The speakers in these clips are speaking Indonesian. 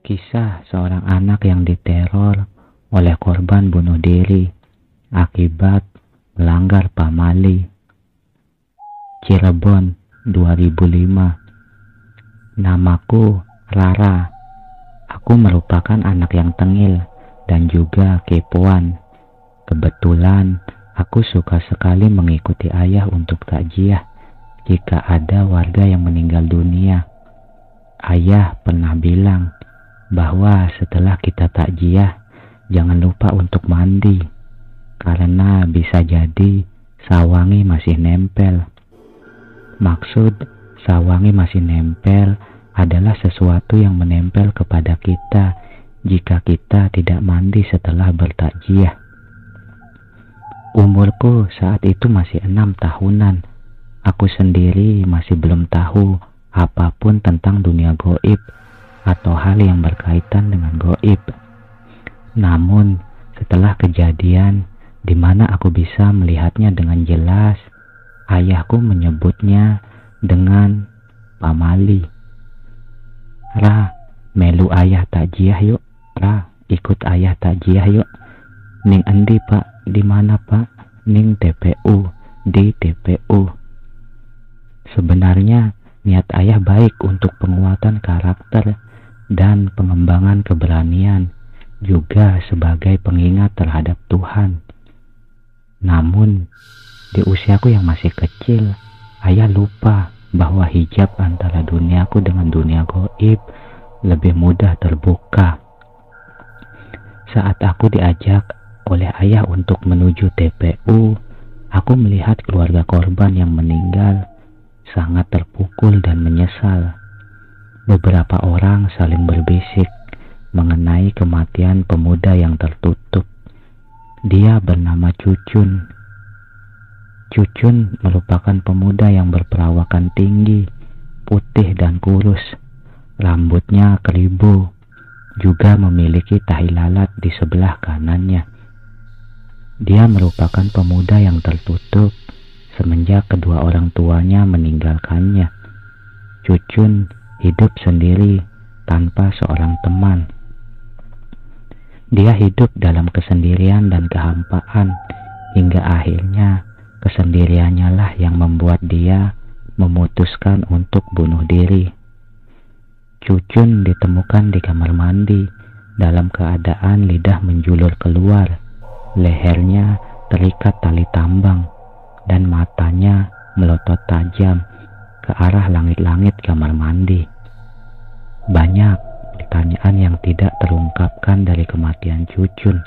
Kisah seorang anak yang diteror oleh korban bunuh diri akibat melanggar pamali. Cirebon, 2005. Namaku Rara. Aku merupakan anak yang tengil dan juga kepoan. Kebetulan aku suka sekali mengikuti ayah untuk takziah jika ada warga yang meninggal dunia. Ayah pernah bilang bahwa setelah kita takziah jangan lupa untuk mandi karena bisa jadi sawangi masih nempel. Maksud sawangi masih nempel adalah sesuatu yang menempel kepada kita jika kita tidak mandi setelah bertakziah. Umurku saat itu masih 6 tahunan. Aku sendiri masih belum tahu apapun tentang dunia gaib atau hal yang berkaitan dengan gaib. Namun setelah kejadian di mana aku bisa melihatnya dengan jelas, ayahku menyebutnya dengan pamali. Ra, melu ayah takziah yuk. Ra, ikut ayah takziah yuk. Ning endi pak? Di mana pak? Ning TPU. Di TPU. Sebenarnya niat ayah baik untuk penguatan karakter dan pengembangan keberanian, juga sebagai pengingat terhadap Tuhan. Namun di usiaku yang masih kecil, ayah lupa bahwa hijab antara duniaku dengan dunia gaib lebih mudah terbuka. Saat aku diajak oleh ayah untuk menuju TPU, aku melihat keluarga korban yang meninggal sangat terpukul dan menyesal. Beberapa orang saling berbisik mengenai kematian pemuda yang tertutup. Dia bernama Cucun. Cucun merupakan pemuda yang berperawakan tinggi, putih dan kurus. Rambutnya keribu, juga memiliki tahi lalat di sebelah kanannya. Dia merupakan pemuda yang tertutup semenjak kedua orang tuanya meninggalkannya. Cucun hidup sendiri tanpa seorang teman. Dia hidup dalam kesendirian dan kehampaan hingga akhirnya kesendiriannya lah yang membuat dia memutuskan untuk bunuh diri. Cucun ditemukan di kamar mandi dalam keadaan lidah menjulur keluar, lehernya terikat tali tambang, dan matanya melotot tajam ke arah langit-langit kamar mandi. Banyak pertanyaan yang tidak terungkapkan dari kematian Cucun.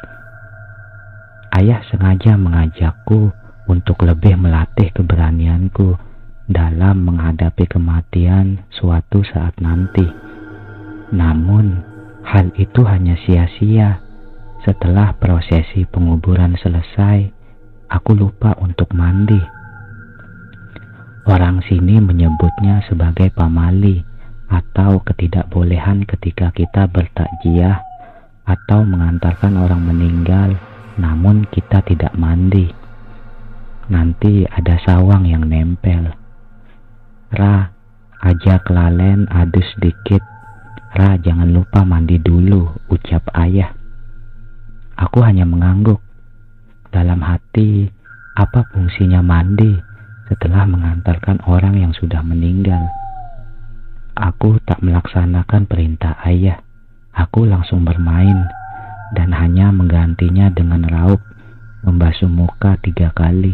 Ayah sengaja mengajakku untuk lebih melatih keberanianku dalam menghadapi kematian suatu saat nanti. Namun, hal itu hanya sia-sia. Setelah prosesi penguburan selesai, aku lupa untuk mandi. Orang sini menyebutnya sebagai pamali atau ketidakbolehan ketika kita bertakziah atau mengantarkan orang meninggal namun kita tidak mandi. Nanti ada sawang yang nempel. Ra, ajak lalen adus dikit. Ra, jangan lupa mandi dulu, ucap ayah. Aku hanya mengangguk. Dalam hati, apa fungsinya mandi setelah mengantarkan orang yang sudah meninggal? Aku tak melaksanakan perintah ayah. Aku langsung bermain dan hanya menggantinya dengan raup membasuh muka 3 kali.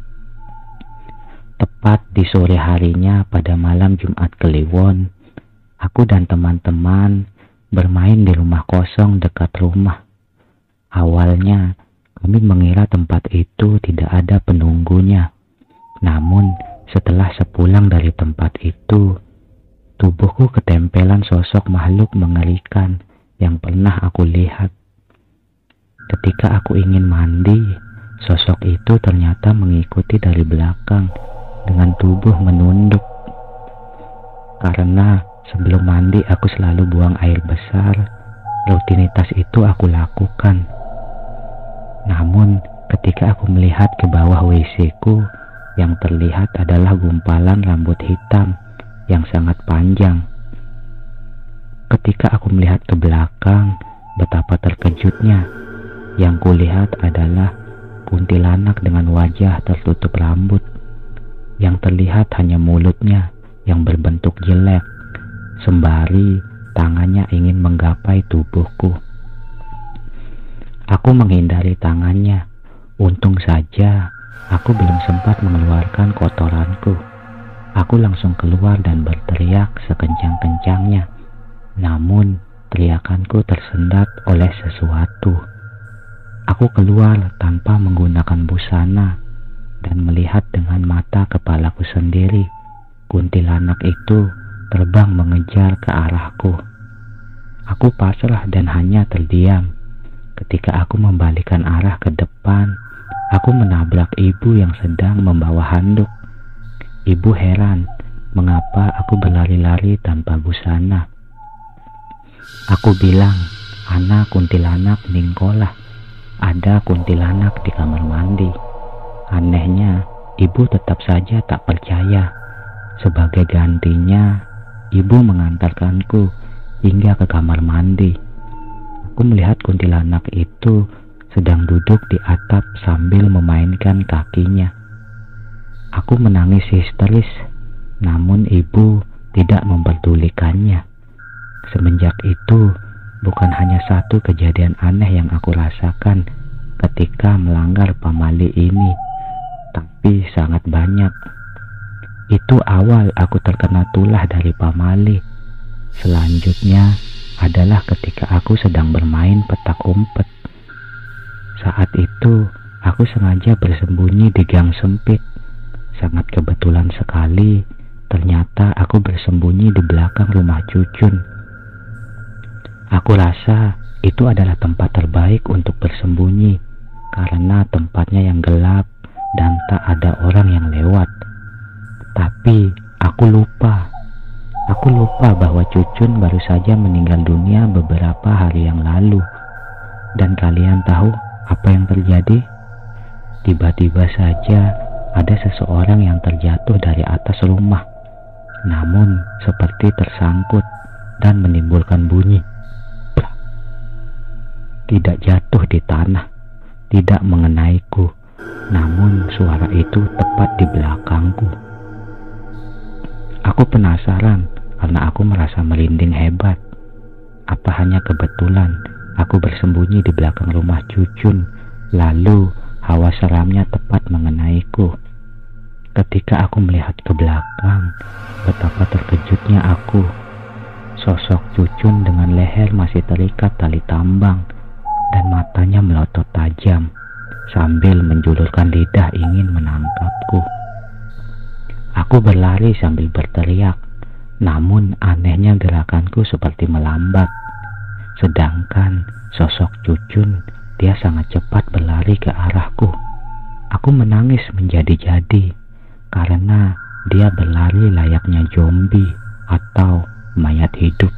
Tepat di sore harinya pada malam Jumat Kliwon, aku dan teman-teman bermain di rumah kosong dekat rumah. Awalnya kami mengira tempat itu tidak ada penunggunya. Namun setelah sepulang dari tempat itu, tubuhku ketempelan sosok makhluk mengerikan yang pernah aku lihat. Ketika aku ingin mandi, sosok itu ternyata mengikuti dari belakang dengan tubuh menunduk. Karena sebelum mandi aku selalu buang air besar, rutinitas itu aku lakukan. Namun ketika aku melihat ke bawah WC-ku, yang terlihat adalah gumpalan rambut hitam yang sangat panjang. Ketika aku melihat ke belakang, belakang, betapa terkejutnya. Yang kulihat adalah kuntilanak dengan wajah tertutup rambut. Yang terlihat hanya mulutnya yang berbentuk jelek, sembari tangannya ingin menggapai tubuhku. Aku menghindari tangannya. Untung saja aku belum sempat mengeluarkan kotoranku. Aku langsung keluar dan berteriak sekencang-kencangnya. Namun teriakanku tersendat oleh sesuatu. Aku keluar tanpa menggunakan busana dan melihat dengan mata kepalaku sendiri. Kuntilanak itu terbang mengejar ke arahku. Aku pasrah dan hanya terdiam. Ketika aku membalikan arah ke depan, aku menabrak ibu yang sedang membawa handuk. Ibu heran mengapa aku berlari-lari tanpa busana. Aku bilang, "Ana kuntilanak ningkolah. Ada kuntilanak di kamar mandi." Anehnya, ibu tetap saja tak percaya. Sebagai gantinya, ibu mengantarkanku hingga ke kamar mandi. Aku melihat kuntilanak itu sedang duduk di atap sambil memainkan kakinya. Aku menangis histeris, namun ibu tidak memperdulikannya. Semenjak itu, bukan hanya satu kejadian aneh yang aku rasakan ketika melanggar pamali ini, tapi sangat banyak. Itu awal aku terkena tulah dari pamali. Selanjutnya adalah ketika aku sedang bermain petak umpet. Saat itu, aku sengaja bersembunyi di gang sempit. Sangat kebetulan sekali, ternyata aku bersembunyi di belakang rumah Cucun. Aku rasa itu adalah tempat terbaik untuk bersembunyi, karena tempatnya yang gelap dan tak ada orang yang lewat. Tapi aku lupa bahwa Cucun baru saja meninggal dunia beberapa hari yang lalu. Dan kalian tahu apa yang terjadi? Tiba-tiba saja ada seseorang yang terjatuh dari atas rumah, namun seperti tersangkut dan menimbulkan bunyi. Tidak jatuh di tanah, tidak mengenaiku, namun suara itu tepat di belakangku. Aku penasaran karena aku merasa merinding hebat. Apa hanya kebetulan aku bersembunyi di belakang rumah Cucun, lalu hawa seramnya tepat mengenaiku. Ketika aku melihat ke belakang, betapa terkejutnya aku. Sosok Cucun dengan leher masih terikat tali tambang dan matanya melotot tajam sambil menjulurkan lidah ingin menangkapku. Aku berlari sambil berteriak, namun anehnya gerakanku seperti melambat. Sedangkan sosok Cucun, dia sangat cepat berlari ke arahku. Aku menangis menjadi-jadi karena dia berlari layaknya zombie atau mayat hidup.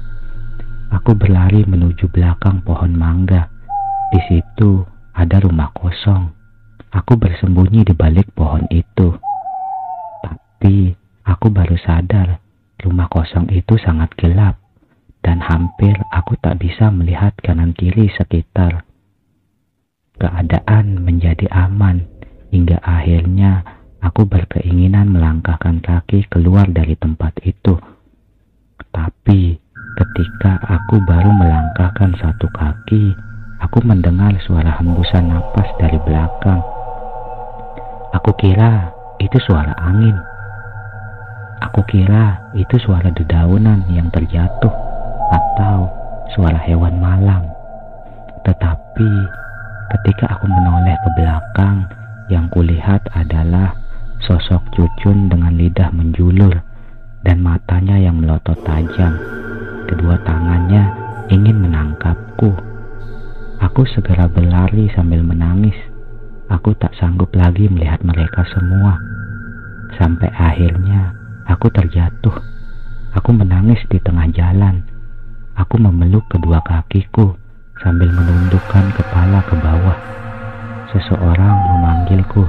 Aku berlari menuju belakang pohon mangga. Di situ ada rumah kosong. Aku bersembunyi di balik pohon itu. Tapi aku baru sadar rumah kosong itu sangat gelap dan hampir aku tak bisa melihat kanan kiri sekitar. Keadaan menjadi aman hingga akhirnya aku berkeinginan melangkahkan kaki keluar dari tempat itu. Tapi ketika aku baru melangkahkan satu kaki, aku mendengar suara hembusan napas dari belakang. Aku kira itu suara angin. Aku kira itu suara dedaunan yang terjatuh atau suara hewan malam. Tetapi ketika aku menoleh ke belakang, yang kulihat adalah sosok Cucun dengan lidah menjulur dan matanya yang melotot tajam. Kedua tangannya ingin menangkapku. Aku segera berlari sambil menangis. Aku tak sanggup lagi melihat mereka semua. Sampai akhirnya aku terjatuh. Aku menangis di tengah jalan. Aku memeluk kedua kakiku sambil menundukkan kepala ke bawah. Seseorang memanggilku,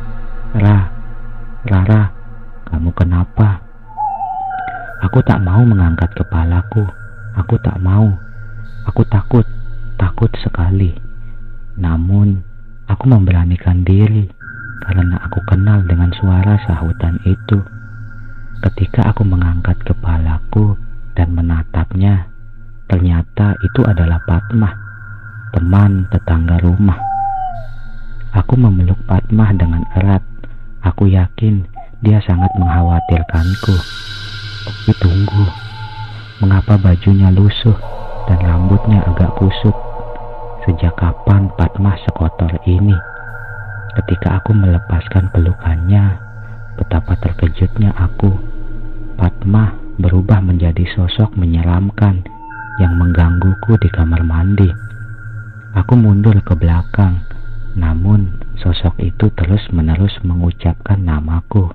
Rara, kamu kenapa?" Aku tak mau mengangkat kepalaku. Aku tak mau. Aku takut sekali. Namun, aku memberanikan diri karena aku kenal dengan suara sahutan itu. Ketika aku mengangkat kepalaku dan menatapnya, ternyata itu adalah Fatmah, teman tetangga rumah. Aku memeluk Fatmah dengan erat. Aku yakin dia sangat mengkhawatirkanku. Tapi tunggu, mengapa bajunya lusuh dan rambutnya agak kusut? Sejak kapan Fatmah sekotor ini? Ketika aku melepaskan pelukannya, betapa terkejutnya aku. Fatmah berubah menjadi sosok menyeramkan yang menggangguku di kamar mandi. Aku mundur ke belakang, namun sosok itu terus-menerus mengucapkan namaku.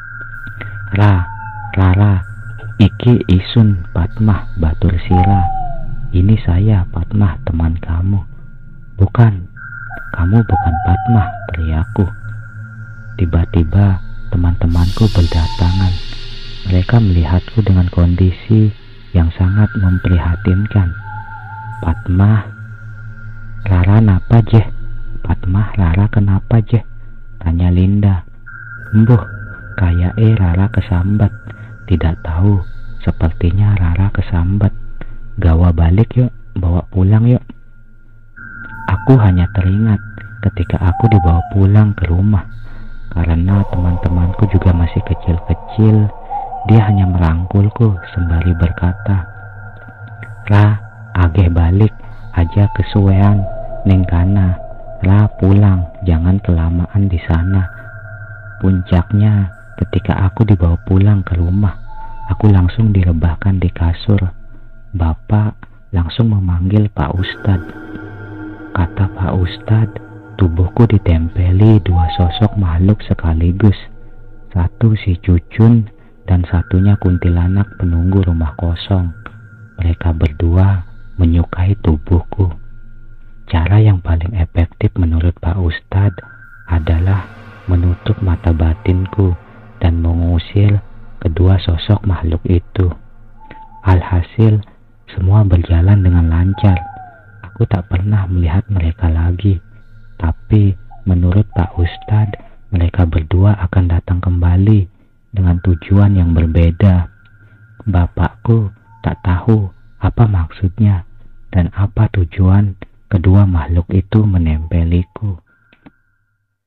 Rara, iki isun Fatmah batur sila. Ini saya Fatmah teman kamu. Bukan, kamu bukan Fatmah, teriakku. Tiba-tiba teman-temanku berdatangan. Mereka melihatku dengan kondisi yang sangat memprihatinkan. Fatmah, Rara napa jeh? Fatmah, Rara kenapa jeh? Tanya Linda. Mbuh, kayak Rara kesambat. Tidak tahu, sepertinya Rara kesambat. Gawa balik yuk, bawa pulang yuk. Aku hanya teringat ketika aku dibawa pulang ke rumah. Karena teman-temanku juga masih kecil-kecil, dia hanya merangkulku sembari berkata, Ra, ageh balik aja kesuwean ning kana. Ra, pulang, jangan kelamaan di sana. Puncaknya, ketika aku dibawa pulang ke rumah, aku langsung direbahkan di kasur. Bapak langsung memanggil Pak Ustadz. Kata Pak Ustadz, tubuhku ditempeli dua sosok makhluk sekaligus. Satu si Cucun dan satunya kuntilanak penunggu rumah kosong. Mereka berdua menyukai tubuhku. Cara yang paling efektif menurut Pak Ustadz adalah menutup mata batinku dan mengusir kedua sosok makhluk itu. Alhasil, semua berjalan dengan lancar. Aku tak pernah melihat mereka lagi. Tapi menurut Pak Ustadz, mereka berdua akan datang kembali dengan tujuan yang berbeda. Bapakku tak tahu apa maksudnya dan apa tujuan kedua makhluk itu menempeliku.